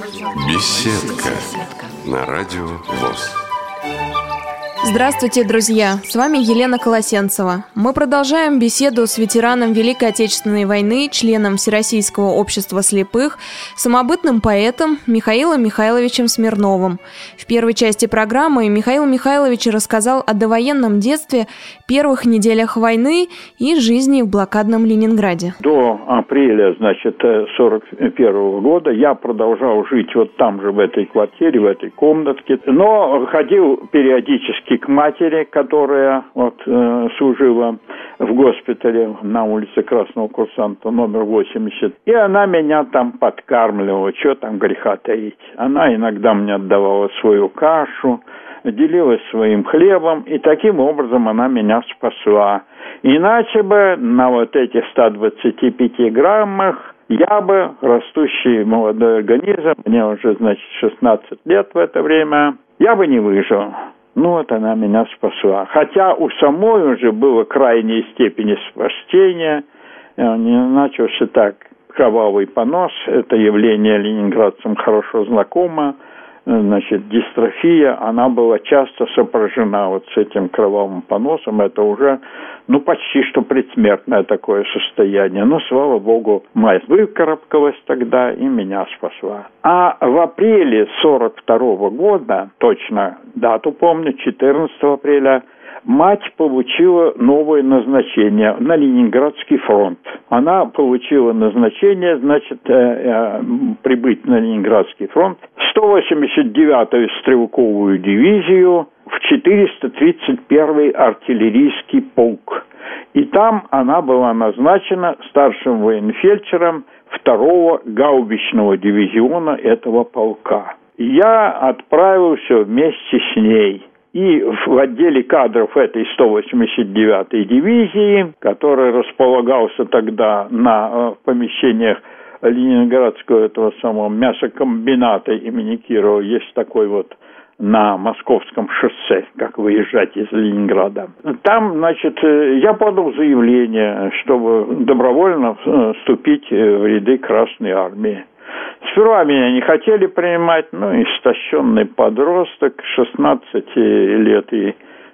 Беседка на радио ВОС. Здравствуйте, друзья! С вами Елена Колосенцева. Мы продолжаем беседу с ветераном Великой Отечественной войны, членом Всероссийского общества слепых, самобытным поэтом Михаилом Михайловичем Смирновым. В первой части программы Михаил Михайлович рассказал о довоенном детстве, первых неделях войны и жизни в блокадном Ленинграде. До апреля, 41 года я продолжал жить вот там же, в этой квартире, в этой комнатке, но ходил периодически к матери, которая служила в госпитале на улице Красного Курсанта, номер 80. И она меня там подкармливала, что там греха таить. Она иногда мне отдавала свою кашу, делилась своим хлебом, и таким образом она меня спасла. Иначе бы на вот этих 125 граммах я бы, растущий молодой организм, мне уже, 16 лет в это время, я бы не выжил. Ну вот она меня спасла. Хотя у самой уже было крайней степени спасения. Начался так кровавый понос. Это явление ленинградцам хорошо знакомо. Дистрофия, она была часто сопряжена вот с этим кровавым поносом. Это уже, почти что предсмертное такое состояние. Но, слава богу, мать выкарабкалась тогда и меня спасла. А в апреле 42 года, точно дату помню, 14 апреля, мать получила новое назначение на Ленинградский фронт. Она получила назначение, прибыть на Ленинградский фронт в 189-ю стрелковую дивизию в 431-й артиллерийский полк. И там она была назначена старшим военфельдшером 2-го гаубичного дивизиона этого полка. Я отправился вместе с ней. И в отделе кадров этой 189-й дивизии, который располагался тогда на помещениях Ленинградского этого самого мясокомбината имени Кирова, есть такой вот на Московском шоссе, как выезжать из Ленинграда. Там, я подал заявление, чтобы добровольно вступить в ряды Красной Армии. Сперва меня не хотели принимать, истощенный подросток, 16 лет и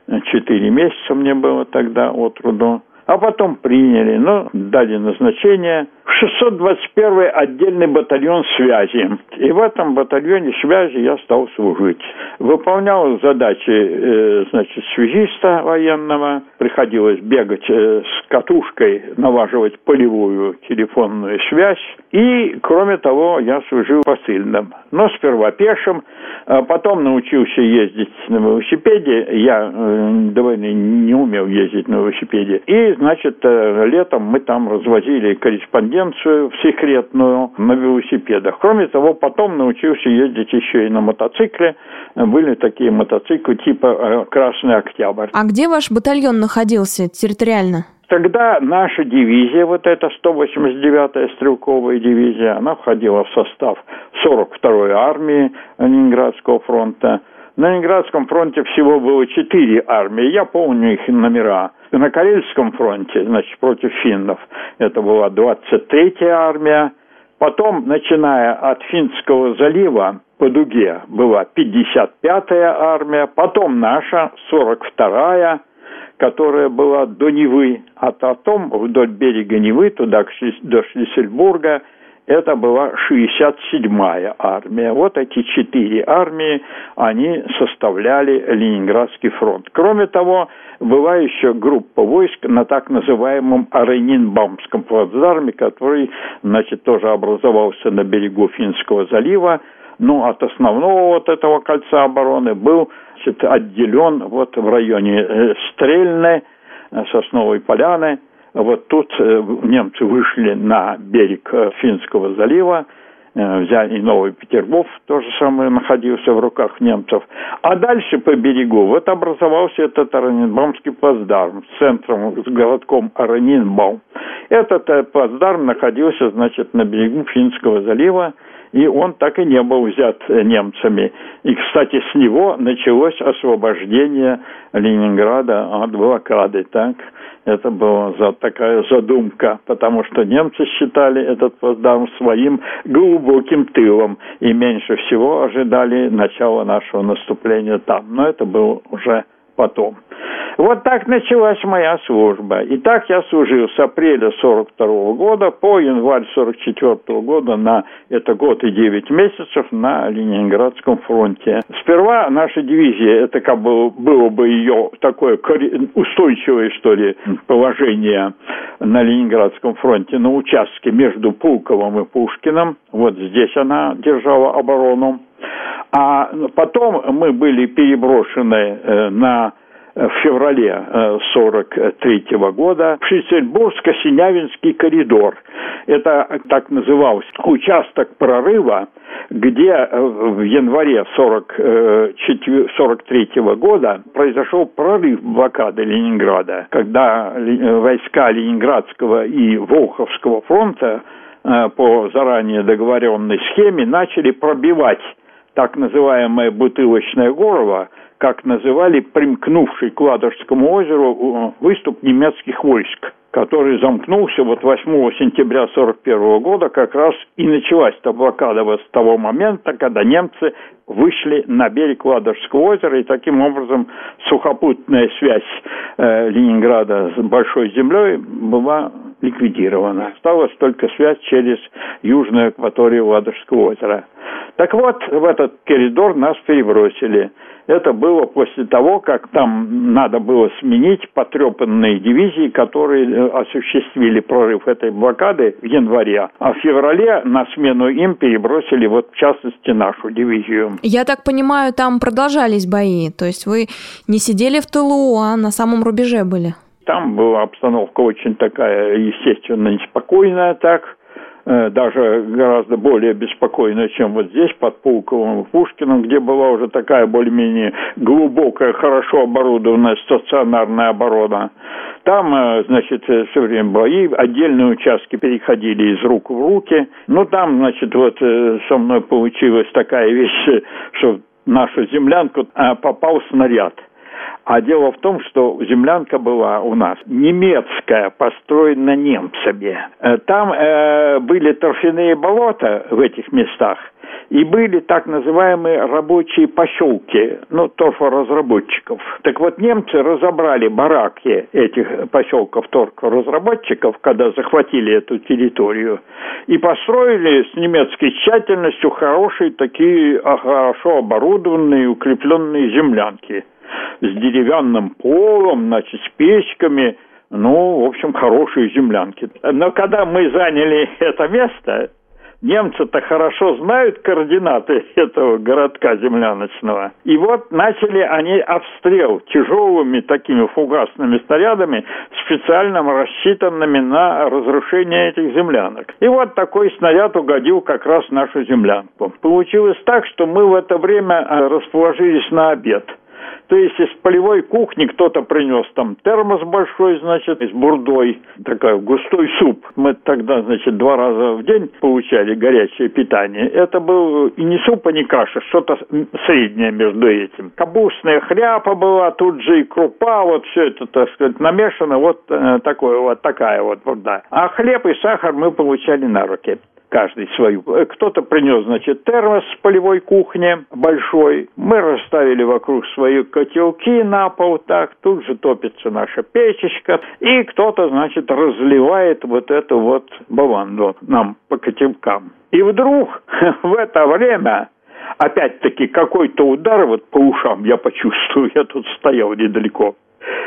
4 месяца мне было тогда от роду. А потом приняли, дали назначение в 621-й отдельный батальон связи. И в этом батальоне связи я стал служить. Выполнял задачи, связиста военного. Приходилось бегать с катушкой, налаживать полевую телефонную связь. И, кроме того, я служил посыльным. Но сперва пешим, а потом научился ездить на велосипеде. Я до войны не умел ездить на велосипеде. И, летом мы там развозили корреспонденцию секретную на велосипедах. Кроме того, потом научился ездить еще и на мотоцикле. Были такие мотоциклы типа «Красный Октябрь». А где ваш батальон находился территориально? Тогда наша дивизия, вот эта 189-я стрелковая дивизия, она входила в состав 42-й армии Ленинградского фронта. На Ленинградском фронте всего было 4 армии, я помню их номера. На Карельском фронте, против финнов, это была 23-я армия. Потом, начиная от Финского залива по дуге, была 55-я армия. Потом наша, 42-я, которая была до Невы. А потом вдоль берега Невы, туда до Шлиссельбурга, это была 67-я армия. Вот эти 4 армии, они составляли Ленинградский фронт. Кроме того, была еще группа войск на так называемом Оренбургском плацдарме, который, тоже образовался на берегу Финского залива. Но от основного этого кольца обороны был отделен в районе Стрельны, Сосновой Поляны. Вот тут немцы вышли на берег Финского залива, взяли Новый Петербург, то же самое находился в руках немцев. А дальше по берегу образовался этот Оренбургский плацдарм с центром, с городком Оренбург. Этот плацдарм находился, на берегу Финского залива, и он так и не был взят немцами. И, кстати, с него началось освобождение Ленинграда от блокады. Так? Это была такая задумка, потому что немцы считали этот плацдарм своим глубоким тылом и меньше всего ожидали начала нашего наступления там. Но это было уже потом. Вот так началась моя служба. И так я служил с апреля 1942 года по январь 1944 года, на это год и 9 месяцев на Ленинградском фронте. Сперва наша дивизия, это как бы было бы ее такое устойчивое, что ли, положение на Ленинградском фронте, на участке между Пулковым и Пушкиным. Вот здесь она держала оборону. А потом мы были переброшены в феврале 1943 года в Шлиссельбургско-Синявинский коридор. Это так назывался участок прорыва, где в январе 1943 года произошел прорыв блокады Ленинграда, когда войска Ленинградского и Волховского фронта по заранее договоренной схеме начали пробивать так называемое Бутылочное горло, как называли примкнувший к Ладожскому озеру выступ немецких войск, который замкнулся 8 сентября 1941 года, как раз и началась эта блокада с того момента, когда немцы вышли на берег Ладожского озера, и таким образом сухопутная связь Ленинграда с Большой землей была ликвидирована. Осталась только связь через южную акваторию Ладожского озера. Так вот, в этот коридор нас перебросили. Это было после того, как там надо было сменить потрепанные дивизии, которые осуществили прорыв этой блокады в январе. А в феврале на смену им перебросили, в частности, нашу дивизию. Я так понимаю, там продолжались бои? То есть вы не сидели в тылу, а на самом рубеже были? Там была обстановка очень такая, естественно, неспокойная так. Даже гораздо более беспокойно, чем вот здесь, под Пулковым и Пушкиным, где была уже такая более-менее глубокая, хорошо оборудованная стационарная оборона. Там, значит, все время бои, отдельные участки переходили из рук в руки. Ну, там, значит, со мной получилась такая вещь, что в нашу землянку попал снаряд. А дело в том, что землянка была у нас немецкая, построена немцами. Там были торфяные болота в этих местах, и были так называемые рабочие поселки, торфоразработчиков. Так вот, немцы разобрали бараки этих поселков торфоразработчиков, когда захватили эту территорию, и построили с немецкой тщательностью хорошие такие хорошо оборудованные, укрепленные землянки. С деревянным полом, значит, с печками, в общем, хорошие землянки. Но когда мы заняли это место, немцы-то хорошо знают координаты этого городка земляночного. И вот начали они обстрел тяжелыми такими фугасными снарядами, специально рассчитанными на разрушение этих землянок. И вот такой снаряд угодил как раз в нашу землянку. Получилось так, что мы в это время расположились на обед. То есть из полевой кухни кто-то принес там термос большой, значит, с бурдой, такой густой суп. Мы тогда, значит, 2 раза в день получали горячее питание. Это был и не суп, и не каша, что-то среднее между этим. Капустная хряпа была, тут же и крупа, все это, так сказать, намешано, такая вода. А хлеб и сахар мы получали на руки. Каждый свою. Кто-то принес, значит, термос с полевой кухни большой. Мы расставили вокруг свои котелки на пол, так. Тут же топится наша печечка. И кто-то, значит, разливает эту баланду нам по котелкам. И вдруг в это время опять-таки какой-то удар по ушам я почувствую. Я тут стоял недалеко.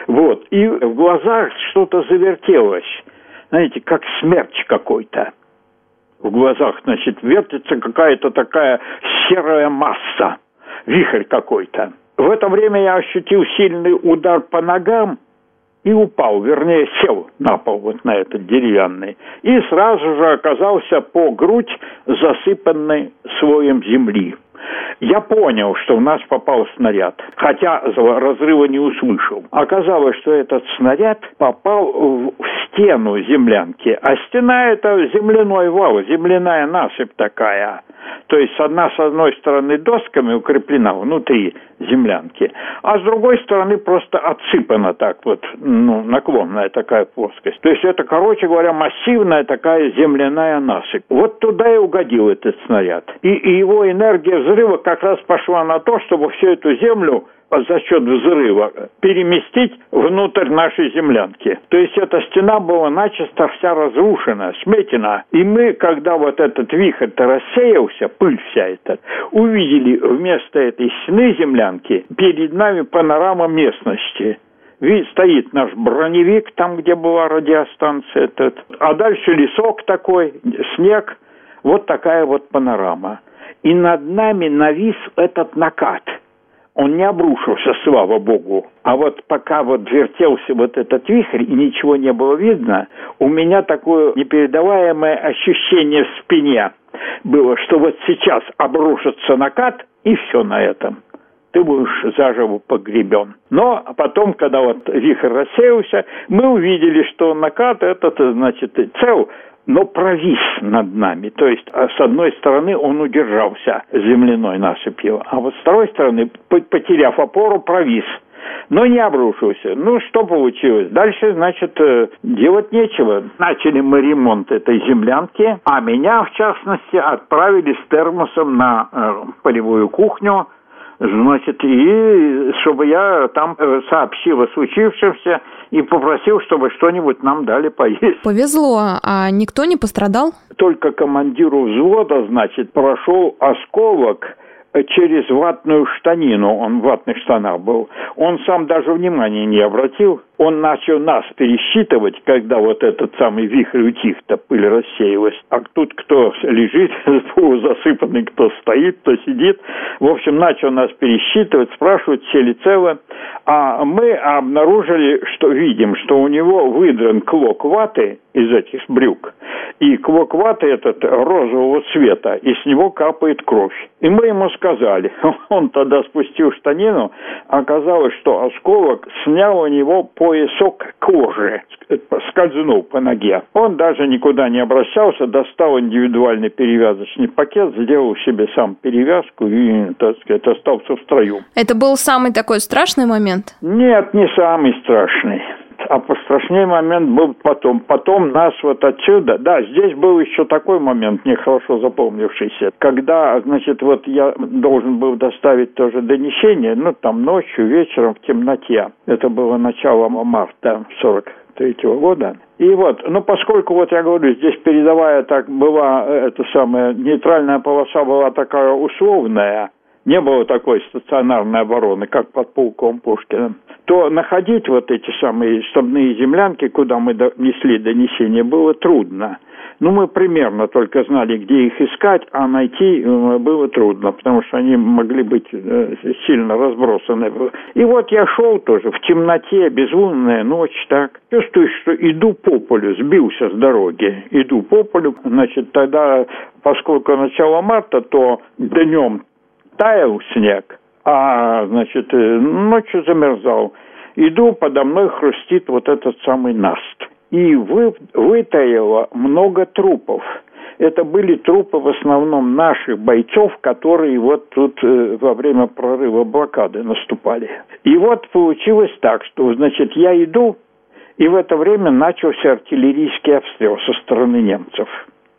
И в глазах что-то завертелось. Знаете, как смерч какой-то. В глазах, значит, вертится какая-то такая серая масса, вихрь какой-то. В это время я ощутил сильный удар по ногам и упал, вернее, сел на пол на этот деревянный. И сразу же оказался по грудь засыпанный слоем земли. Я понял, что в нас попал снаряд, хотя разрыва не услышал. Оказалось, что этот снаряд попал в стену землянки, а стена — это земляной вал, земляная насыпь такая. То есть одна с одной стороны досками укреплена внутри землянки, а с другой стороны просто отсыпана так вот, наклонная такая плоскость. То есть это, короче говоря, массивная такая земляная насыпь. Вот туда и угодил этот снаряд. И его энергия взрыва как раз пошла на то, чтобы всю эту землю за счет взрыва переместить внутрь нашей землянки. То есть эта стена была начисто вся разрушена, сметена. И мы, когда вот этот вихрь-то рассеялся, пыль вся эта, увидели вместо этой стены землянки перед нами панорама местности. Видите, стоит наш броневик, там, где была радиостанция, а дальше лесок такой, снег, вот такая вот панорама. И над нами навис этот накат. Он не обрушился, слава богу. А вот пока вот вертелся вот этот вихрь и ничего не было видно, у меня такое непередаваемое ощущение в спине было, что вот сейчас обрушится накат, и все на этом. Ты будешь заживо погребен. Но потом, когда вот вихрь рассеялся, мы увидели, что накат этот, значит, цел, но провис над нами. То есть, с одной стороны, он удержался земляной насыпью, а вот с второй стороны, потеряв опору, провис. Но не обрушился. Что получилось? Дальше, значит, делать нечего. Начали мы ремонт этой землянки, а меня, в частности, отправили с термосом на полевую кухню, значит, и чтобы я там сообщил о случившемся и попросил, чтобы что-нибудь нам дали поесть. Повезло, а никто не пострадал? Только командиру взвода, значит, прошел осколок через ватную штанину, он в ватных штанах был. Он сам даже внимания не обратил. Он начал нас пересчитывать, когда вот этот самый вихрь утих-то, пыль рассеялась. А тут кто лежит, засыпанный, кто стоит, кто сидит. В общем, начал нас пересчитывать, спрашивать, все ли целы. А мы обнаружили, видим, что у него выдран клок ваты из этих брюк. И клок ваты этот розового цвета, и с него капает кровь. И мы ему сказали, он тогда спустил штанину, оказалось, что осколок снял у него поясок кожи, скользнул по ноге. Он даже никуда не обращался, достал индивидуальный перевязочный пакет, сделал себе сам перевязку и, так сказать, остался в строю. Это был самый такой страшный момент? Нет, не самый страшный. А пострашнее момент был потом. Потом нас вот отсюда... Да, здесь был еще такой момент, нехорошо запомнившийся. Когда, значит, вот я должен был доставить тоже донесение, там ночью, вечером в темноте. Это было начало марта 43-го года. И вот, поскольку, вот я говорю, здесь передовая так была, нейтральная полоса была такая условная, не было такой стационарной обороны, как под полком Пушкина, то находить вот эти самые штабные землянки, куда мы несли донесения, было трудно. Мы примерно только знали, где их искать, а найти было трудно, потому что они могли быть сильно разбросаны. И вот я шел тоже в темноте, безлунная ночь, так. Чувствую, что иду по полю, сбился с дороги. Иду по полю, значит, тогда, поскольку начало марта, то днем таял снег, а, значит, ночью замерзал. Иду, подо мной хрустит вот этот самый наст. И вытаяло много трупов. Это были трупы в основном наших бойцов, которые вот тут во время прорыва блокады наступали. И вот получилось так, что, значит, я иду, и в это время начался артиллерийский обстрел со стороны немцев.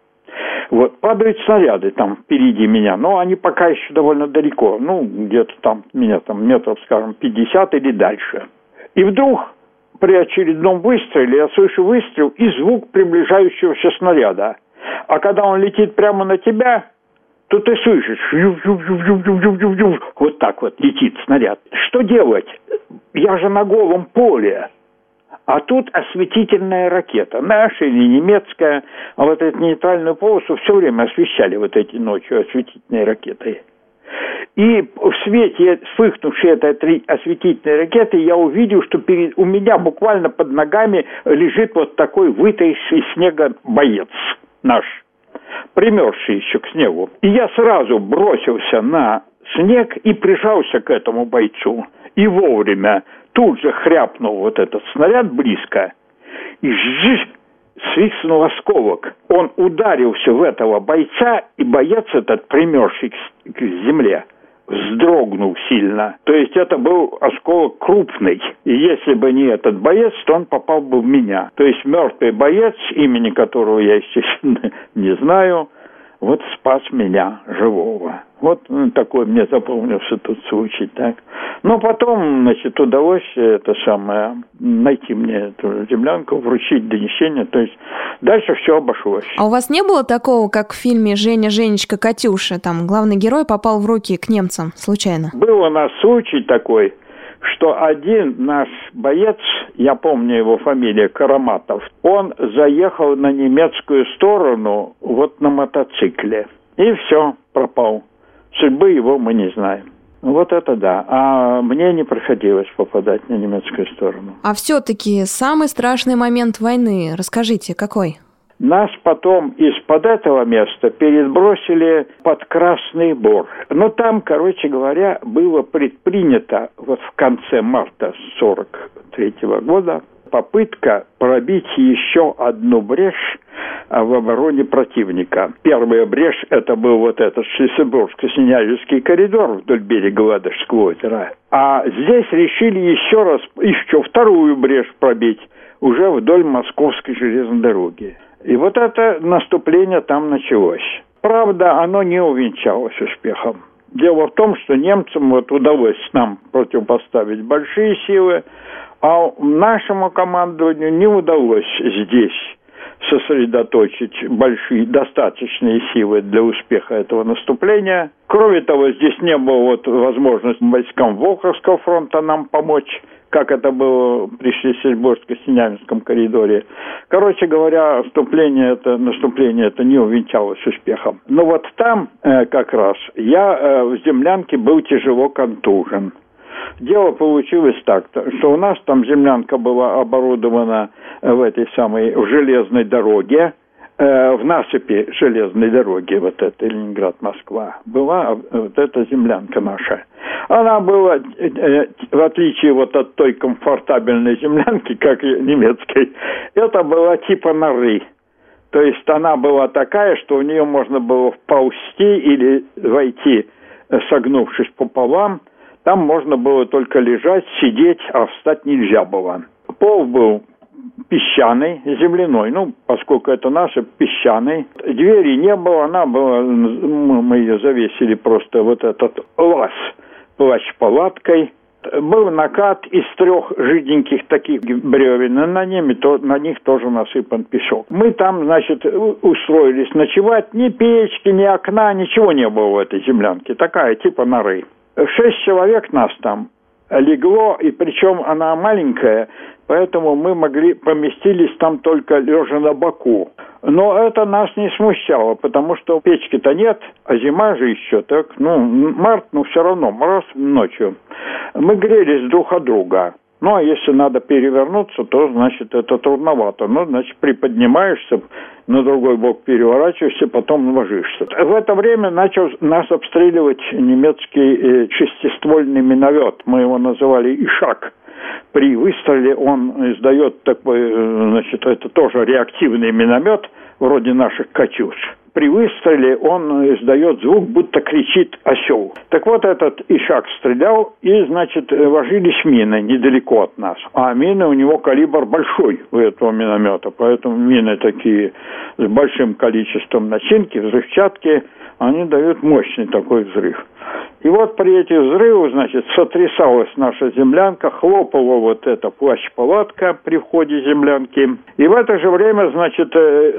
Вот, падают снаряды там впереди меня, но они пока еще довольно далеко, где-то там, меня там метров, скажем, 50 или дальше. И вдруг при очередном выстреле я слышу выстрел и звук приближающегося снаряда. А когда он летит прямо на тебя, то ты слышишь, вот так вот летит снаряд. Что делать? Я же на голом поле. А тут осветительная ракета, наша или немецкая, а вот эту нейтральную полосу все время освещали вот эти ночью осветительные ракеты. И в свете вспыхнувшей этой осветительной ракеты я увидел, что у меня буквально под ногами лежит вот такой вытаивший из снега боец наш, примерзший еще к снегу. И я сразу бросился на снег и прижался к этому бойцу. И вовремя тут же хряпнул вот этот снаряд близко. И свистнул осколок. Он ударился в этого бойца, и боец этот, примерзший к земле, вздрогнул сильно. То есть это был осколок крупный. И если бы не этот боец, то он попал бы в меня. То есть мертвый боец, имени которого я, естественно, не знаю, вот спас меня, живого. Вот такой мне запомнился тот случай, так. Но потом, значит, удалось найти мне эту землянку, вручить донесение, то есть дальше все обошлось. А у вас не было такого, как в фильме «Женя, Женечка, Катюша», там главный герой попал в руки к немцам случайно? Был у нас случай такой, что один наш боец, я помню его фамилия, Караматов, он заехал на немецкую сторону вот на мотоцикле. И все, пропал. Судьбы его мы не знаем. Вот это да. А мне не приходилось попадать на немецкую сторону. А все-таки самый страшный момент войны, расскажите, какой? Нас потом из-под этого места перебросили под Красный Бор. Но там, короче говоря, было предпринято вот в конце марта 1943 года попытка пробить еще одну брешь в обороне противника. Первая брешь – это был вот этот Шлиссельбургско-Синявинский коридор вдоль берега Ладожского озера. А здесь решили еще вторую брешь пробить уже вдоль Московской железной дороги. И вот это наступление там началось. Правда, оно не увенчалось успехом. Дело в том, что немцам вот удалось нам противопоставить большие силы, а нашему командованию не удалось здесь сосредоточить достаточные силы для успеха этого наступления. Кроме того, здесь не было возможности войскам Волховского фронта нам помочь, как это было при Шлиссельбургско-Синявинском коридоре. Короче говоря, наступление это не увенчалось успехом. Но вот там как раз я в землянке был тяжело контужен. Дело получилось так, что у нас там землянка была оборудована в железной дороге, в насыпи железной дороги, вот эта Ленинград-Москва, была вот эта землянка наша. Она была, в отличие вот от той комфортабельной землянки, как и немецкой, это была типа норы. То есть она была такая, что у нее можно было вползти или войти, согнувшись пополам. Там можно было только лежать, сидеть, а встать нельзя было. Пол был песчаный, земляной, поскольку это наше, песчаный. Двери не было, она была, мы ее завесили просто вот этот лаз плащ-палаткой. Был накат из 3 жиденьких таких бревен, на них тоже насыпан песок. Мы там, значит, устроились ночевать, ни печки, ни окна, ничего не было в этой землянке, такая типа норы. 6 человек нас там легло, и причем она маленькая, поэтому мы поместились там только лежа на боку. Но это нас не смущало, потому что печки-то нет, а зима же еще, март, все равно, мороз ночью. Мы грелись друг от друга. А если надо перевернуться, то, значит, это трудновато. Значит, приподнимаешься, на другой бок переворачиваешься, потом ложишься. В это время начал нас обстреливать немецкий шестиствольный миномет. Мы его называли «Ишак». При выстреле он издает такой, значит, это тоже реактивный миномет, вроде наших «Катюш». При выстреле он издает звук, будто кричит осел. Так вот, этот Ишак стрелял, и, значит, ложились мины недалеко от нас. А мины у него калибр большой у этого миномета, поэтому мины такие с большим количеством начинки, взрывчатки, они дают мощный такой взрыв. И вот при этих взрывах, значит, сотрясалась наша землянка, хлопала вот эта плащ-палатка при входе землянки. И в это же время, значит,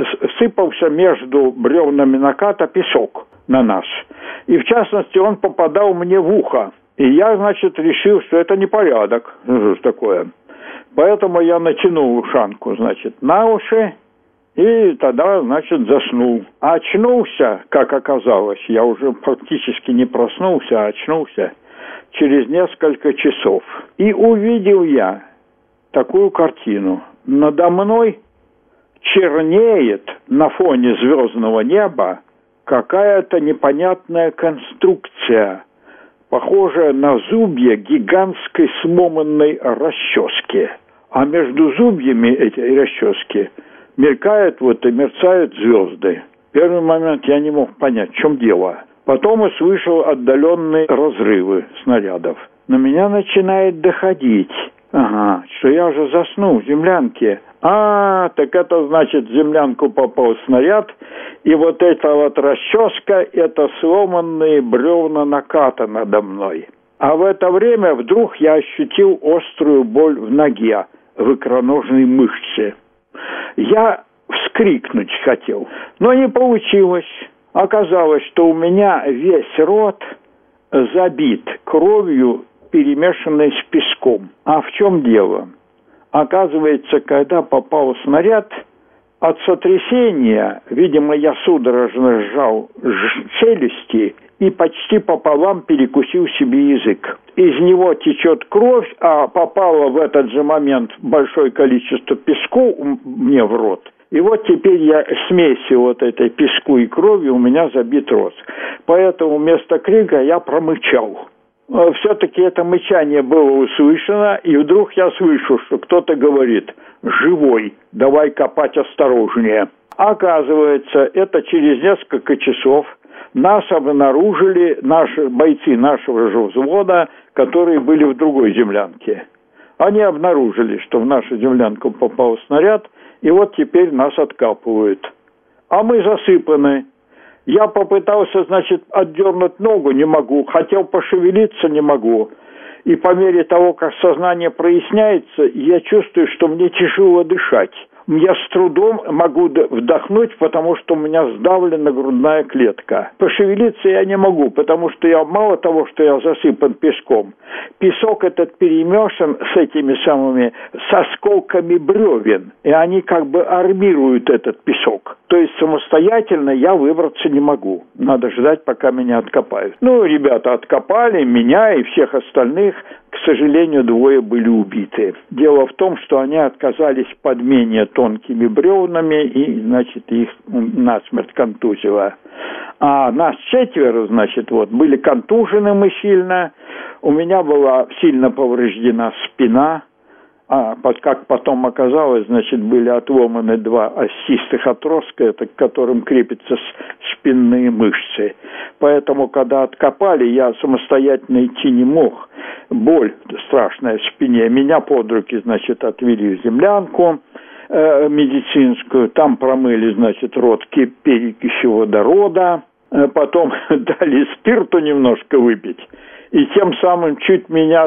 сыпался между бревнами наката песок на нас. И, в частности, он попадал мне в ухо. И я, значит, решил, что это непорядок. Что ж такое? Поэтому я натянул ушанку, значит, на уши. И тогда, значит, заснул. А очнулся, как оказалось, я уже практически не проснулся, а очнулся через несколько часов. И увидел я такую картину. Надо мной чернеет на фоне звездного неба какая-то непонятная конструкция, похожая на зубья гигантской сломанной расчески. А между зубьями этой расчески мелькают вот и мерцают звезды. Первый момент я не мог понять, в чем дело. Потом я слышал отдаленные разрывы снарядов. На меня начинает доходить. Ага, что я уже заснул в землянке. Так это значит, в землянку попал снаряд, и вот эта вот расческа, это сломанные бревна наката надо мной. А в это время вдруг я ощутил острую боль в ноге, в икроножной мышце. Я вскрикнуть хотел, но не получилось. Оказалось, что у меня весь рот забит кровью, перемешанной с песком. А в чем дело? Оказывается, когда попал снаряд, от сотрясения, видимо, я судорожно сжал челюсти и почти пополам перекусил себе язык. Из него течет кровь, а попало в этот же момент большое количество песку мне в рот. И вот теперь я смесью вот этой песку и крови, у меня забит рот. Поэтому вместо крика я промычал. Все-таки это мычание было услышано, и вдруг я слышу, что кто-то говорит: «Живой, давай копать осторожнее». Оказывается, это через несколько часов нас обнаружили бойцы нашего же взвода, которые были в другой землянке. Они обнаружили, что в нашу землянку попал снаряд, и вот теперь нас откапывают. А мы засыпаны. Я попытался, отдернуть ногу, не могу. Хотел пошевелиться, не могу. И по мере того, как сознание проясняется, я чувствую, что мне тяжело дышать. Я с трудом могу вдохнуть, потому что у меня сдавлена грудная клетка. Пошевелиться я не могу, потому что я мало того, что я засыпан песком, песок этот перемешан с осколками бревен, и они как бы армируют этот песок. То есть самостоятельно я выбраться не могу. Надо ждать, пока меня откопают. Ребята откопали меня и всех остальных. К сожалению, 2 были убиты. Дело в том, что они отказались под менее тонкими бревнами, и, их насмерть контузило. А нас 4, были контужены мы сильно. У меня была сильно повреждена спина. Как потом оказалось, были отломаны 2 остистых отростка, к которым крепятся спинные мышцы. Поэтому, когда откопали, я самостоятельно идти не мог. Боль страшная в спине. Меня под руки, отвели в землянку медицинскую. Там промыли, рот перекисью водорода. Потом дали спирту немножко выпить. И тем самым чуть меня,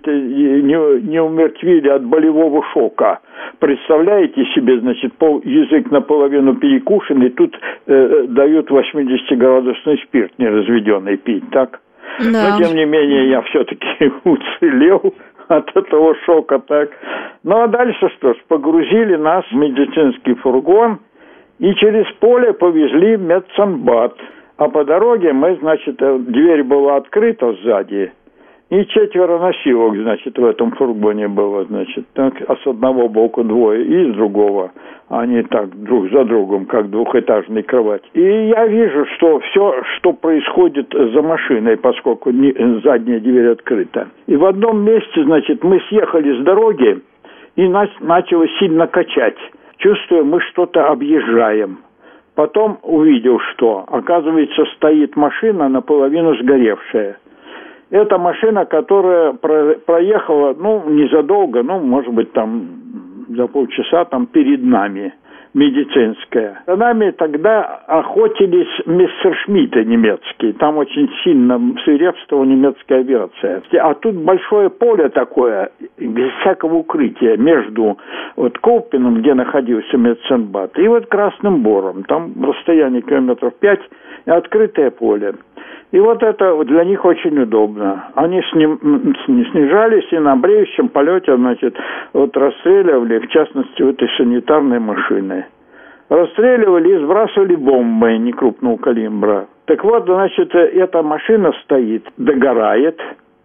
не умертвили от болевого шока. Представляете себе, язык наполовину перекушенный, тут дают 80-градусный спирт неразведенный пить, так? Да. Но, тем не менее, я все-таки уцелел от этого шока, так? А дальше погрузили нас в медицинский фургон и через поле повезли в медсанбат. А по дороге мы, дверь была открыта сзади, и 4 носилок, в этом фургоне было, а с одного боку 2 и с другого. Они так друг за другом, как двухэтажной кровати. И я вижу, что все, что происходит за машиной, поскольку задняя дверь открыта. И в одном месте, мы съехали с дороги, и нас начало сильно качать. Чувствую, мы что-то объезжаем. Потом увидел, что, оказывается, стоит машина наполовину сгоревшая. Это машина, которая проехала, незадолго, может быть, за полчаса перед нами, медицинская. За нами тогда охотились мессершмитты немецкие. Там очень сильно свирепствовала немецкая авиация. А тут большое поле такое, без всякого укрытия, между Колпином, где находился медсанбат, и Красным Бором. Там расстояние километров 5 и открытое поле. И это для них очень удобно. Они снижались и на бреющем полете, расстреливали, в частности, этой санитарной машины. Расстреливали и сбрасывали бомбы некрупного калибра. Так эта машина стоит, догорает,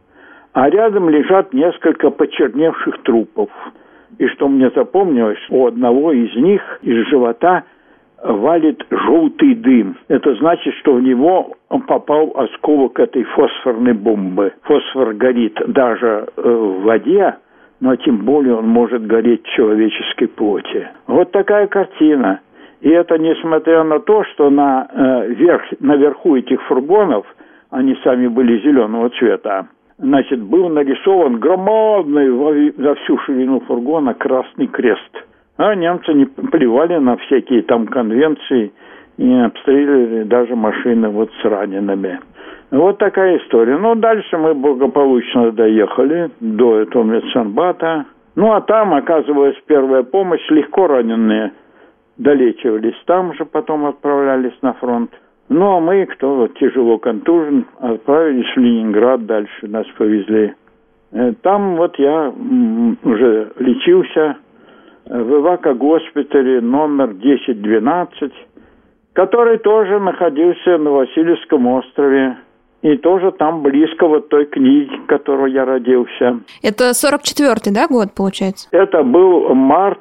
а рядом лежат несколько почерневших трупов. И что мне запомнилось, у одного из них из живота валит желтый дым. Это значит, что в него попал осколок этой фосфорной бомбы. Фосфор горит даже в воде, но тем более он может гореть в человеческой плоти. Вот такая картина. И это несмотря на то, что наверху этих фургонов, они сами были зеленого цвета, значит, был нарисован громадный за всю ширину фургона красный крест. А немцы не плевали на всякие там конвенции и обстреливали даже машины вот с ранеными. Вот такая история. Ну, дальше мы благополучно доехали до этого медсанбата. Ну, а там, оказывалась первая помощь, легко раненые долечивались там же, потом отправлялись на фронт. Ну, а мы, кто тяжело контужен, отправились в Ленинград дальше, нас повезли. Там вот я уже лечился в эвакогоспитале номер 1012, который тоже находился на Васильевском острове. И тоже там близко вот той книги, в которой я родился. Это 44-й, да, год, получается? Это был март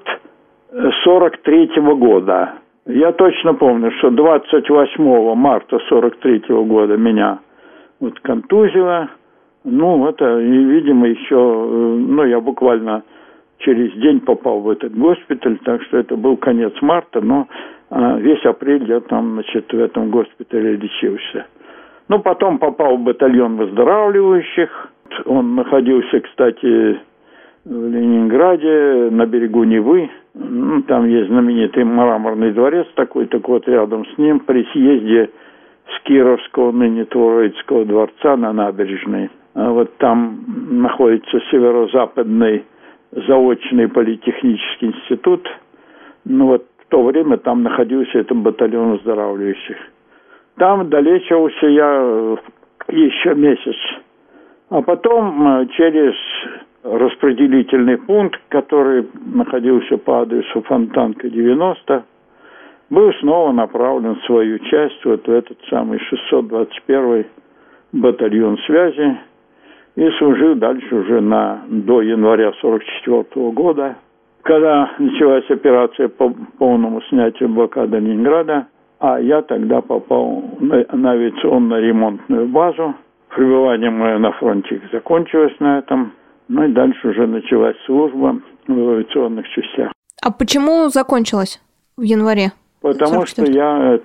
43-го года. Я точно помню, что 28 марта 43-го года меня вот контузило. Ну, это, видимо, еще, я буквально через день попал в этот госпиталь, так что это был конец марта, но весь апрель я там, значит, в этом госпитале лечился. Ну, потом попал в батальон выздоравливающих. Он находился, кстати, в Ленинграде, на берегу Невы. Ну, там есть знаменитый мраморный дворец такой, так вот рядом с ним, при съезде с Кировского, ныне Троицкого дворца на набережной. А вот там находится северо-западный заочный политехнический институт. Ну, вот в то время там находился этот батальон выздоравливающих. Там долечивался я еще месяц. А потом через распределительный пункт, который находился по адресу Фонтанка, 90, был снова направлен в свою часть, вот в этот самый 621-й батальон связи, и служил дальше уже до января 44 года, когда началась операция по полному снятию блокады Ленинграда. А я тогда попал на авиационно-ремонтную базу. Пребывание мое на фронте закончилось на этом. Ну и дальше уже началась служба в авиационных частях. А почему закончилась в январе? Потому что я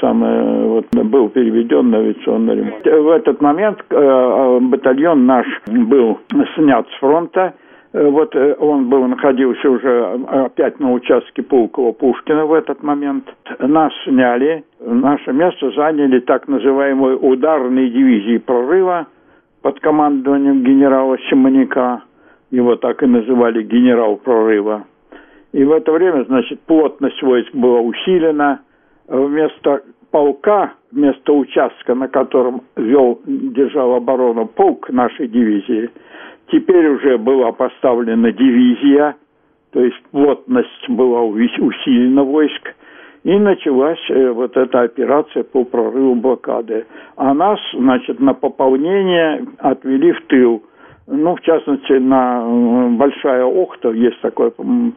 был переведен на авиационный ремонт. В этот момент батальон наш был снят с фронта. Вот он находился уже опять на участке Пулково-Пушкина в этот момент. Нас сняли, наше место заняли так называемые ударные дивизии прорыва под командованием генерала Симоняка. Его так и называли генерал прорыва. И в это время, значит, плотность войск была усилена. Вместо полка, вместо участка, на котором держал оборону полк нашей дивизии, теперь уже была поставлена дивизия, то есть плотность была усилена войск, и началась вот эта операция по прорыву блокады. А нас, значит, на пополнение отвели в тыл. Ну, в частности, на Большая Охта, есть такой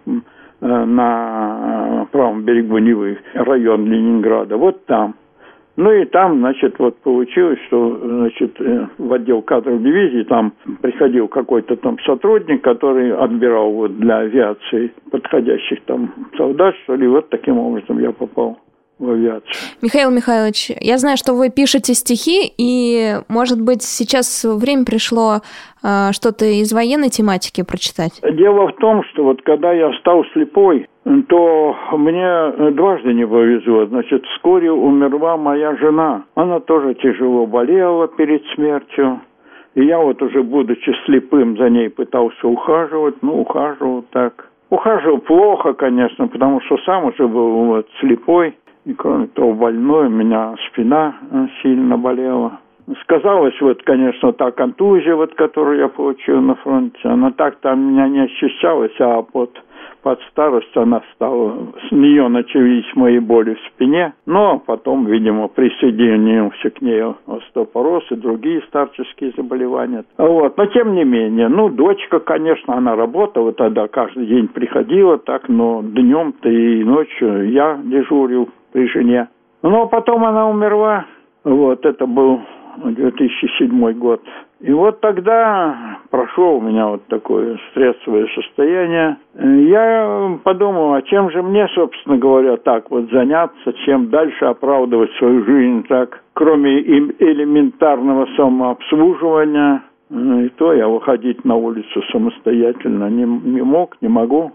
на правом берегу Невы, район Ленинграда, вот там. Ну и там, значит, вот получилось, что, значит, в отдел кадров дивизии там приходил какой-то там сотрудник, который отбирал вот для авиации подходящих там солдат, что ли, вот таким образом я попал в авиацию. Михаил Михайлович, я знаю, что вы пишете стихи, и, может быть, сейчас время пришло что-то из военной тематики прочитать? Дело в том, что вот когда я стал слепой, то мне дважды не повезло. Значит, вскоре умерла моя жена. Она тоже тяжело болела перед смертью. И я вот уже, будучи слепым, за ней пытался ухаживать. Ухаживал так. Ухаживал плохо, конечно, потому что сам уже был вот слепой. И кроме того, больной, у меня спина сильно болела. Сказалась вот, конечно, та контузия, вот, которую я получил на фронте. Она так-то меня не ощущалась, а под старость она стала. С нее начались мои боли в спине. Но потом, видимо, присоединился к ней остеопороз и другие старческие заболевания. Вот. Но тем не менее, дочка, конечно, она работала тогда, каждый день приходила так, но днем-то и ночью я дежурил при жене. Но потом она умерла. Вот, это был 2007 год. И вот тогда прошло у меня вот такое стрессовое состояние. Я подумал, а чем же мне, собственно говоря, так вот заняться, чем дальше оправдывать свою жизнь так, кроме элементарного самообслуживания. И то я выходить на улицу самостоятельно не мог, не могу.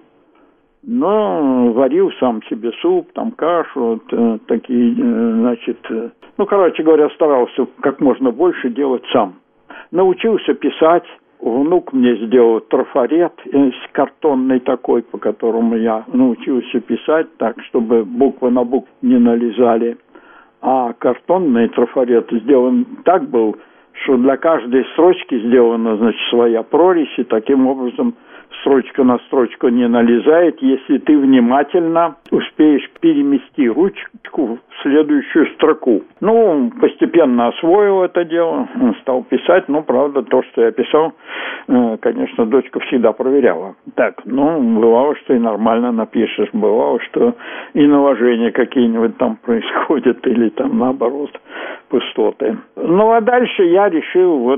Но варил сам себе суп, там кашу, вот, такие, значит, короче говоря, старался как можно больше делать сам. Научился писать. Внук мне сделал трафарет картонный такой, по которому я научился писать так, чтобы буквы на букву не налезали. А картонный трафарет сделан так был, что для каждой строчки сделана, значит, своя прорезь, и таким образом строчка на строчку не налезает, если ты внимательно успеешь перемести ручку в следующую строку. Постепенно освоил это дело, стал писать, правда, то, что я писал, конечно, дочка всегда проверяла. Так, бывало, что и нормально напишешь, бывало, что и наложения какие-нибудь там происходят, или там наоборот пустоты. А дальше я решил,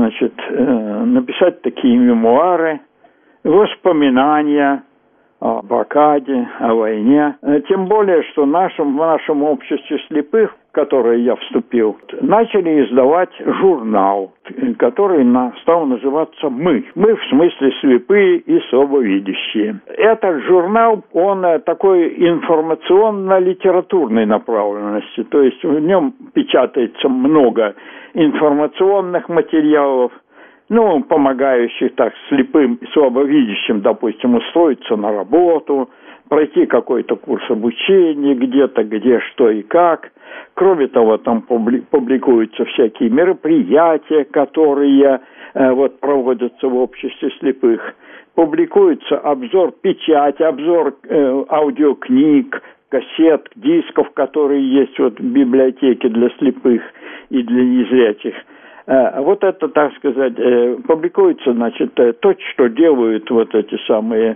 написать такие мемуары, воспоминания о блокаде, о войне. Тем более, что в нашем обществе слепых, в которое я вступил, начали издавать журнал, который стал называться «Мы». «Мы» в смысле слепые и слабовидящие. Этот журнал, он такой информационно-литературной направленности, то есть в нем печатается много информационных материалов, помогающих так слепым и слабовидящим, допустим, устроиться на работу, пройти какой-то курс обучения где-то, где, что и как. Кроме того, там публикуются всякие мероприятия, которые проводятся в обществе слепых. Публикуется обзор печати, обзор аудиокниг, кассет, дисков, которые есть в библиотеке для слепых и для незрячих. Вот это, так сказать, публикуется, то, что делают эти самые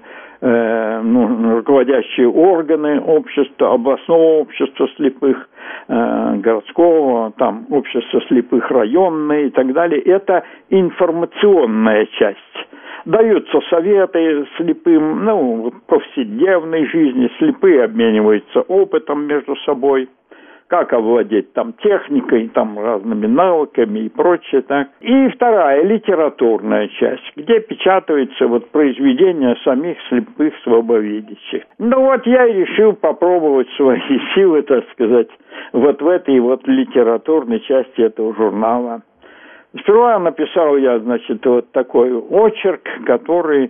руководящие органы общества, областного общества слепых, городского, там, общества слепых районные и так далее. Это информационная часть. Даются советы слепым, в повседневной жизни, слепые обмениваются опытом между собой. Как овладеть там техникой, там разными навыками и прочее, так. И вторая, литературная часть, где печатаются произведения самих слепых слабовидящих. Я и решил попробовать свои силы, так сказать, в этой литературной части этого журнала. Сперва написал я, такой очерк, который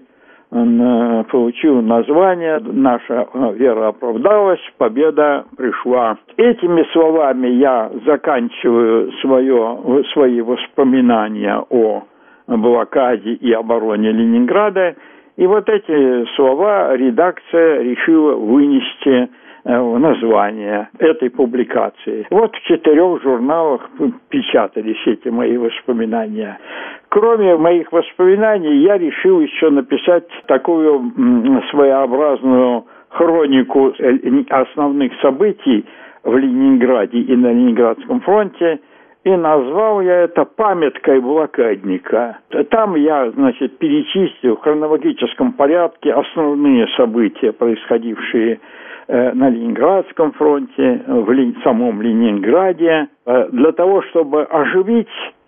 получил название «Наша вера оправдалась, победа пришла». Этими словами я заканчиваю свои воспоминания о блокаде и обороне Ленинграда. И эти слова редакция решила вынести в название этой публикации. В 4 журналах печатались эти мои воспоминания. Кроме моих воспоминаний, я решил еще написать такую своеобразную хронику основных событий в Ленинграде и на Ленинградском фронте, и назвал я это «Памяткой блокадника». Там я, перечислил в хронологическом порядке основные события, происходившие на Ленинградском фронте, в самом Ленинграде. Для того, чтобы оживить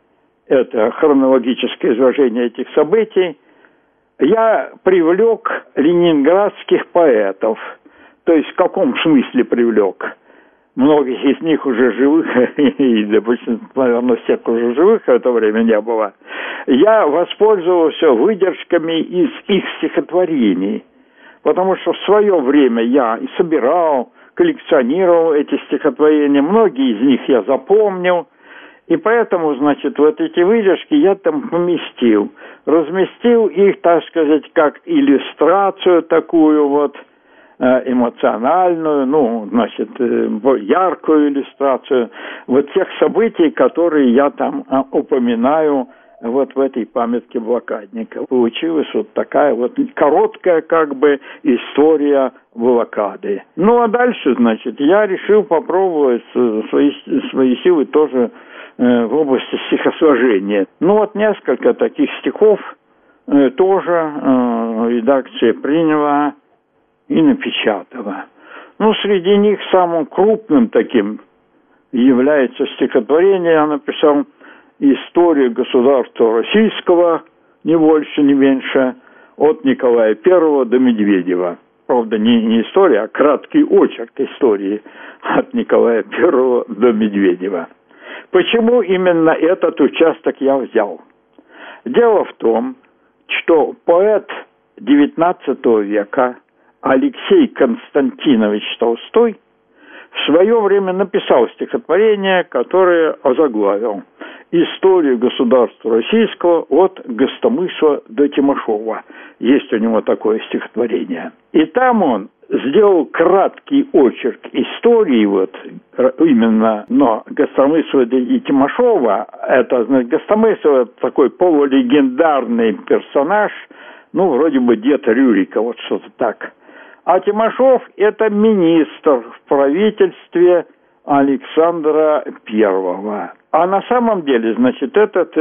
это хронологическое изложение этих событий, я привлек ленинградских поэтов. То есть в каком смысле привлек? Многих из них уже живых, и, допустим, наверное, всех уже живых в это время не было. Я воспользовался выдержками из их стихотворений, потому что в свое время я и собирал, коллекционировал эти стихотворения, многие из них я запомнил, и поэтому, эти выдержки я там поместил. Разместил их, так сказать, как иллюстрацию такую эмоциональную, яркую иллюстрацию тех событий, которые я там упоминаю в этой памятке блокадника. Получилась такая короткая история блокады. А дальше, я решил попробовать свои силы тоже в области стихосложения. Ну вот несколько таких стихов тоже редакция приняла и напечатала. Ну, среди них самым крупным таким является стихотворение, я написал «История государства российского», не больше, не меньше, от Николая I до Медведева. Правда, не история, а краткий очерк истории от Николая I до Медведева. Почему именно этот участок я взял? Дело в том, что поэт XIX века Алексей Константинович Толстой в свое время написал стихотворение, которое озаглавил «Историю государства российского от Гостомысла до Тимошова». Есть у него такое стихотворение. И там он сделал краткий очерк истории, вот именно, но Гостомысла и Тимошова, это, значит, Гостомысл такой полулегендарный персонаж, ну, вроде бы дед Рюрика, вот что-то так. А Тимошов – это министр в правительстве Александра I. А на самом деле, значит, этот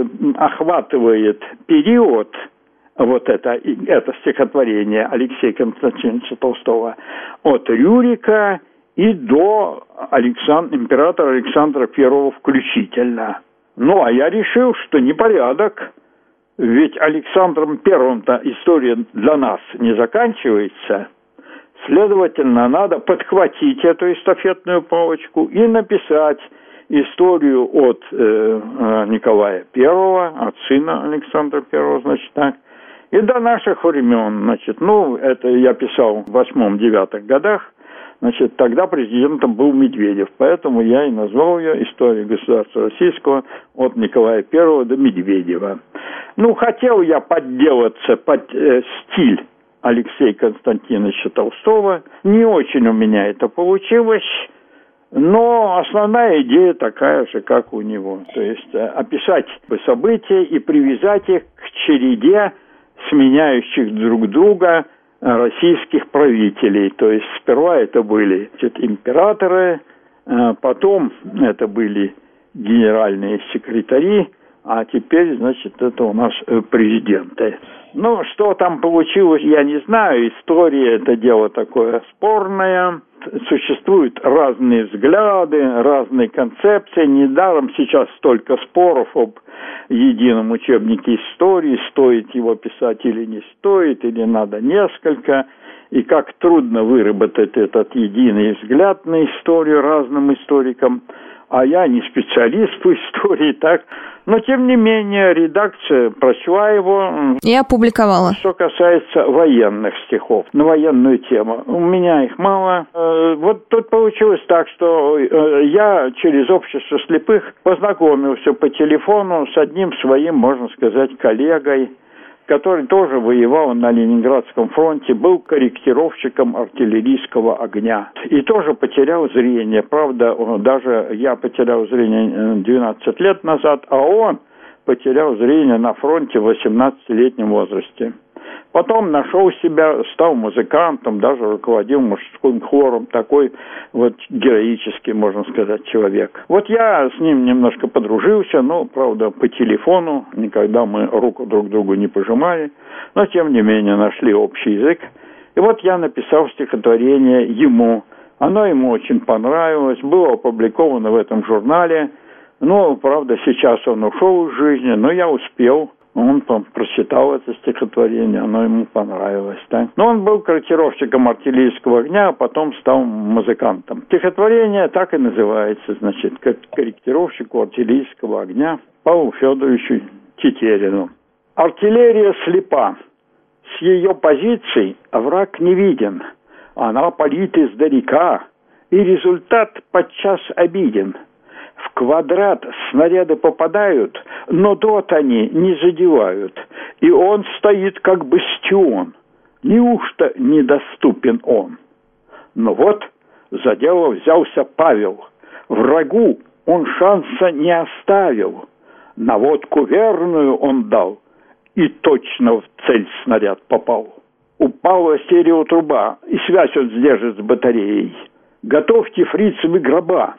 охватывает период, вот это стихотворение Алексея Константиновича Толстого, от Рюрика и до императора Александра I включительно. Ну, а я решил, что непорядок. Ведь Александром I-то история для нас не заканчивается. Следовательно, надо подхватить эту эстафетную палочку и написать историю от Николая I, от сына Александра I, значит так, и до наших времен, значит, ну, это я писал в 8-9 годах, значит, тогда президентом был Медведев, поэтому я и назвал ее «История государства российского от Николая I до Медведева». Ну, хотел я подделаться под стиль Алексея Константиновича Толстого. Не очень у меня это получилось, но основная идея такая же, как у него. То есть описать события и привязать их к череде сменяющих друг друга российских правителей. То есть сперва это были императоры, потом это были генеральные секретари, а теперь, значит, это у нас президенты. Ну, что там получилось, я не знаю. История – это дело такое спорное. Существуют разные взгляды, разные концепции. Недаром сейчас столько споров об едином учебнике истории, стоит его писать или не стоит, или надо несколько. И как трудно выработать этот единый взгляд на историю разным историкам. А я не специалист по истории, так. Но, тем не менее, редакция прочла его. И опубликовала. Что касается военных стихов, на военную тему. У меня их мало. Вот тут получилось так, что я через общество слепых познакомился по телефону с одним своим, можно сказать, коллегой, который тоже воевал на Ленинградском фронте, был корректировщиком артиллерийского огня. И тоже потерял зрение. Правда, даже я потерял зрение 12 лет назад, а он потерял зрение на фронте в 18-летнем возрасте. Потом нашел себя, стал музыкантом, даже руководил мужским хором. Такой вот героический, можно сказать, человек. Вот я с ним немножко подружился, но, правда, по телефону. Никогда мы руку друг другу не пожимали. Но, тем не менее, нашли общий язык. И вот я написал стихотворение ему. Оно ему очень понравилось. Было опубликовано в этом журнале. Ну, правда, сейчас он ушел из жизни, но я успел. Он прочитал это стихотворение, оно ему понравилось. Так? Но он был корректировщиком артиллерийского огня, а потом стал музыкантом. Стихотворение так и называется, значит, корректировщику артиллерийского огня Павлу Федоровичу Тетерину. Артиллерия слепа. С ее позиций враг не виден. Она палит издалека, и результат подчас обиден. В квадрат снаряды попадают, но дот они не задевают, и он стоит как бастион. Неужто недоступен он? Но вот за дело взялся Павел. Врагу он шанса не оставил. Наводку верную он дал, и точно в цель снаряд попал. Упала стереотруба, и связь он сдержит с батареей. Готовьте фрицевы гроба,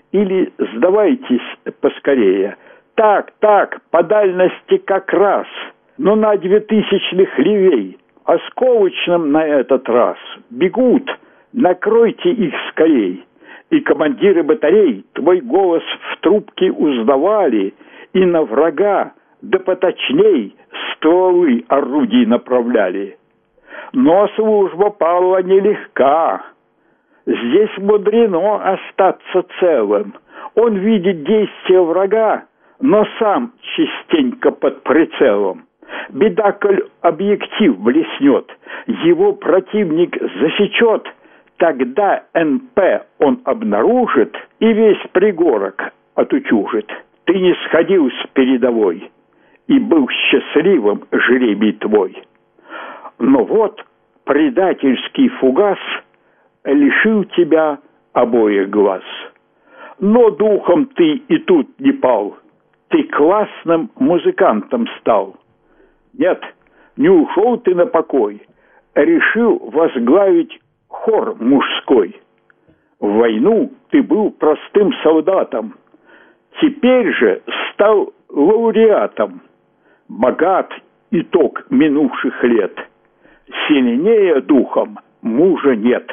или сдавайтесь поскорее. Так, по дальности как раз, но на 2000 левей, осколочным на этот раз. Бегут, накройте их скорей. И командиры батарей твой голос в трубке узнавали, и на врага, да поточней, стволы орудий направляли. Но служба пала нелегка. Здесь мудрено остаться целым. Он видит действия врага, но сам частенько под прицелом. Беда, коль объектив блеснет, его противник засечет, тогда НП он обнаружит и весь пригорок отутюжит. Ты не сходил с передовой, и был счастливым жребий твой. Но вот предательский фугас лишил тебя обоих глаз. Но духом ты и тут не пал, ты классным музыкантом стал. Нет, не ушел ты на покой, решил возглавить хор мужской. В войну ты был простым солдатом, теперь же стал лауреатом. Богат итог минувших лет, сильнее духом мужа нет.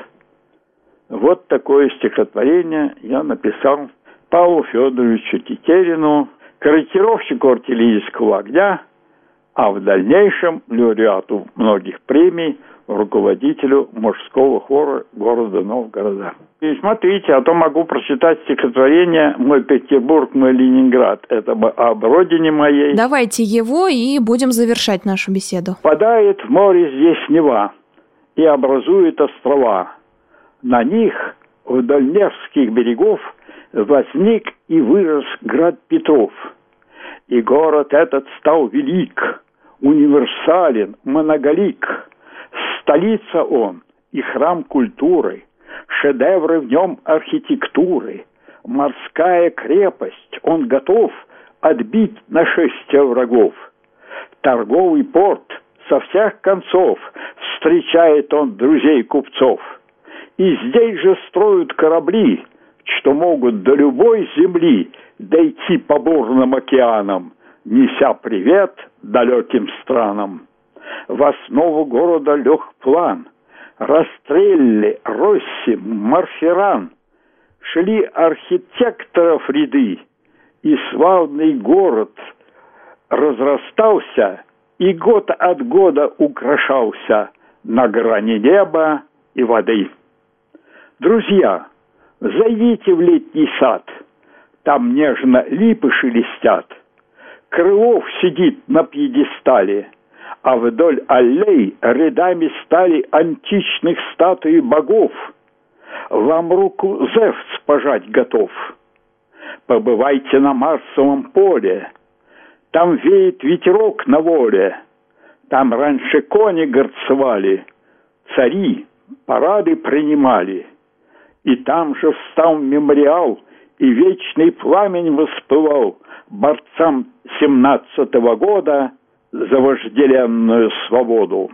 Вот такое стихотворение я написал Павлу Федоровичу Тетерину, корректировщику артиллерийского огня, а в дальнейшем лауреату многих премий, руководителю мужского хора города Новгорода. И смотрите, а то могу прочитать стихотворение «Мой Петербург, мой Ленинград». Это об родине моей. Давайте его и будем завершать нашу беседу. Впадает в море здесь Нева и образует острова. На них, вдоль Невских берегов, возник и вырос град Петров. И город этот стал велик, универсален, многолик. Столица он и храм культуры, шедевры в нем архитектуры. Морская крепость, он готов отбить нашествие врагов. Торговый порт со всех концов встречает он друзей купцов. И здесь же строят корабли, что могут до любой земли дойти по бурным океанам, неся привет далеким странам. В основу города лег план. Растрелли, Росси, Марферан. Шли архитекторов ряды, и славный город разрастался и год от года украшался на грани неба и воды. Друзья, зайдите в летний сад, там нежно липы шелестят. Крылов сидит на пьедестале, а вдоль аллей рядами стали античных статуй богов. Вам руку Зевс пожать готов. Побывайте на Марсовом поле, там веет ветерок на воле, там раньше кони горцевали, цари парады принимали. И там же встал мемориал, и вечный пламень воспылал борцам 17-го года за вожделенную свободу.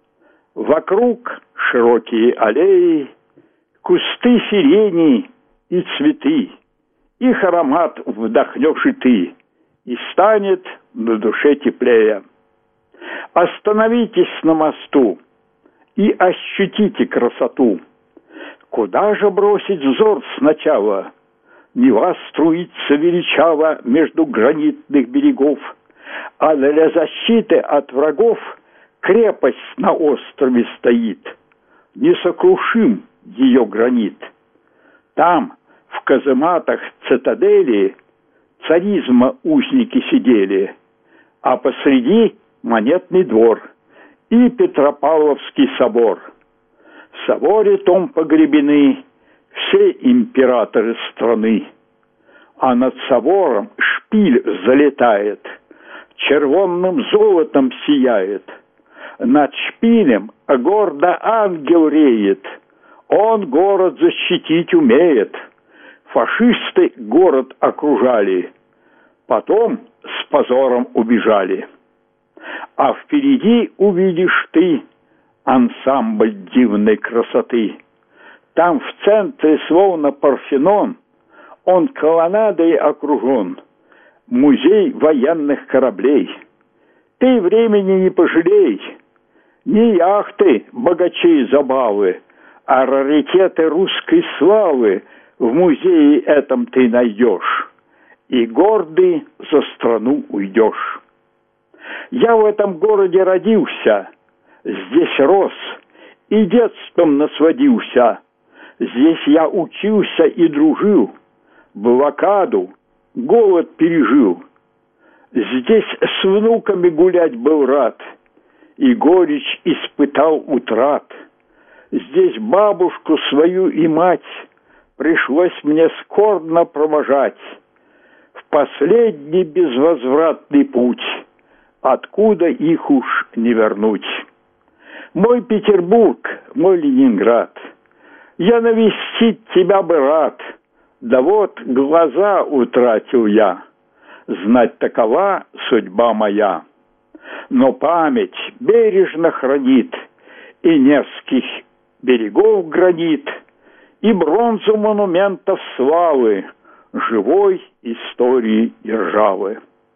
Вокруг широкие аллеи, кусты сирени и цветы. Их аромат вдохнешь и ты, и станет на душе теплее. Остановитесь на мосту и ощутите красоту. Куда же бросить взор сначала? Нева струится величаво между гранитных берегов, а для защиты от врагов крепость на острове стоит. Несокрушим ее гранит. Там, в казематах цитадели, царизма узники сидели, а посреди монетный двор и Петропавловский собор. В соборе том погребены все императоры страны, а над собором шпиль залетает, червонным золотом сияет. Над шпилем гордо ангел реет, он город защитить умеет. Фашисты город окружали, потом с позором убежали. А впереди увидишь ты ансамбль дивной красоты. Там в центре, словно Парфенон, Он колоннадой окружен, музей военных кораблей. Ты времени не пожалей, не яхты, богачей забавы, а раритеты русской славы в музее этом ты найдешь, и гордый за страну уйдешь. Я в этом городе родился, здесь рос и детством насводился. Здесь я учился и дружил, блокаду, голод пережил. Здесь с внуками гулять был рад, и горечь испытал утрат. Здесь бабушку свою и мать пришлось мне скорбно провожать в последний безвозвратный путь, откуда их уж не вернуть. Мой Петербург, мой Ленинград, я навестить тебя бы рад, да вот глаза утратил я, знать такова судьба моя. Но память бережно хранит и Невских берегов гранит, и бронзу монументов славы живой истории державы.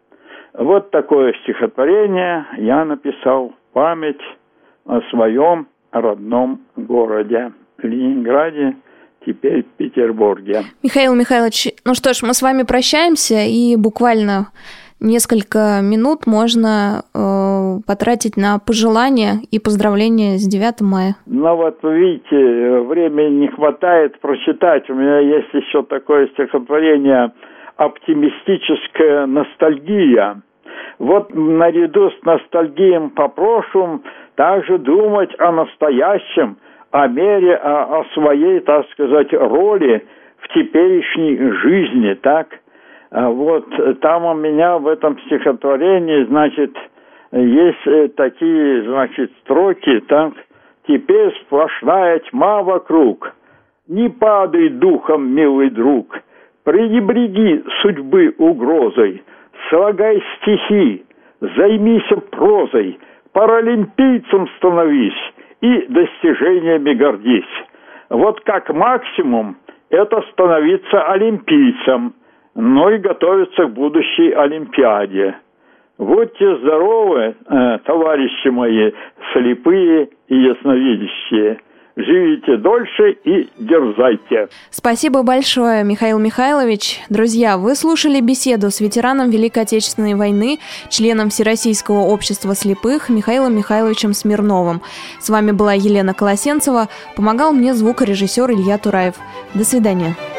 Вот такое стихотворение я написал в память о своем родном городе Ленинграде, теперь в Петербурге. Михаил Михайлович, ну что ж, мы с вами прощаемся, и буквально несколько минут можно потратить на пожелания и поздравления с 9 мая. Ну вот, видите, времени не хватает прочитать. У меня есть еще такое стихотворение «Оптимистическая ностальгия». Вот наряду с ностальгией по прошлому также думать о настоящем, о мере, о своей, так сказать, роли в теперешней жизни, так? Вот там у меня в этом стихотворении, значит, есть такие, значит, строки, так? «Теперь сплошная тьма вокруг, не падай духом, милый друг, пренебреги судьбы угрозой, слагай стихи, займись прозой, паралимпийцем становись и достижениями гордись». Вот как максимум это становиться олимпийцем, но и готовиться к будущей Олимпиаде. Будьте здоровы, товарищи мои, слепые и ясновидящие. Живите дольше и дерзайте. Спасибо большое, Михаил Михайлович. Друзья, вы слушали беседу с ветераном Великой Отечественной войны, членом Всероссийского общества слепых Михаилом Михайловичем Смирновым. С вами была Елена Колосенцева. Помогал мне звукорежиссер Илья Тураев. До свидания.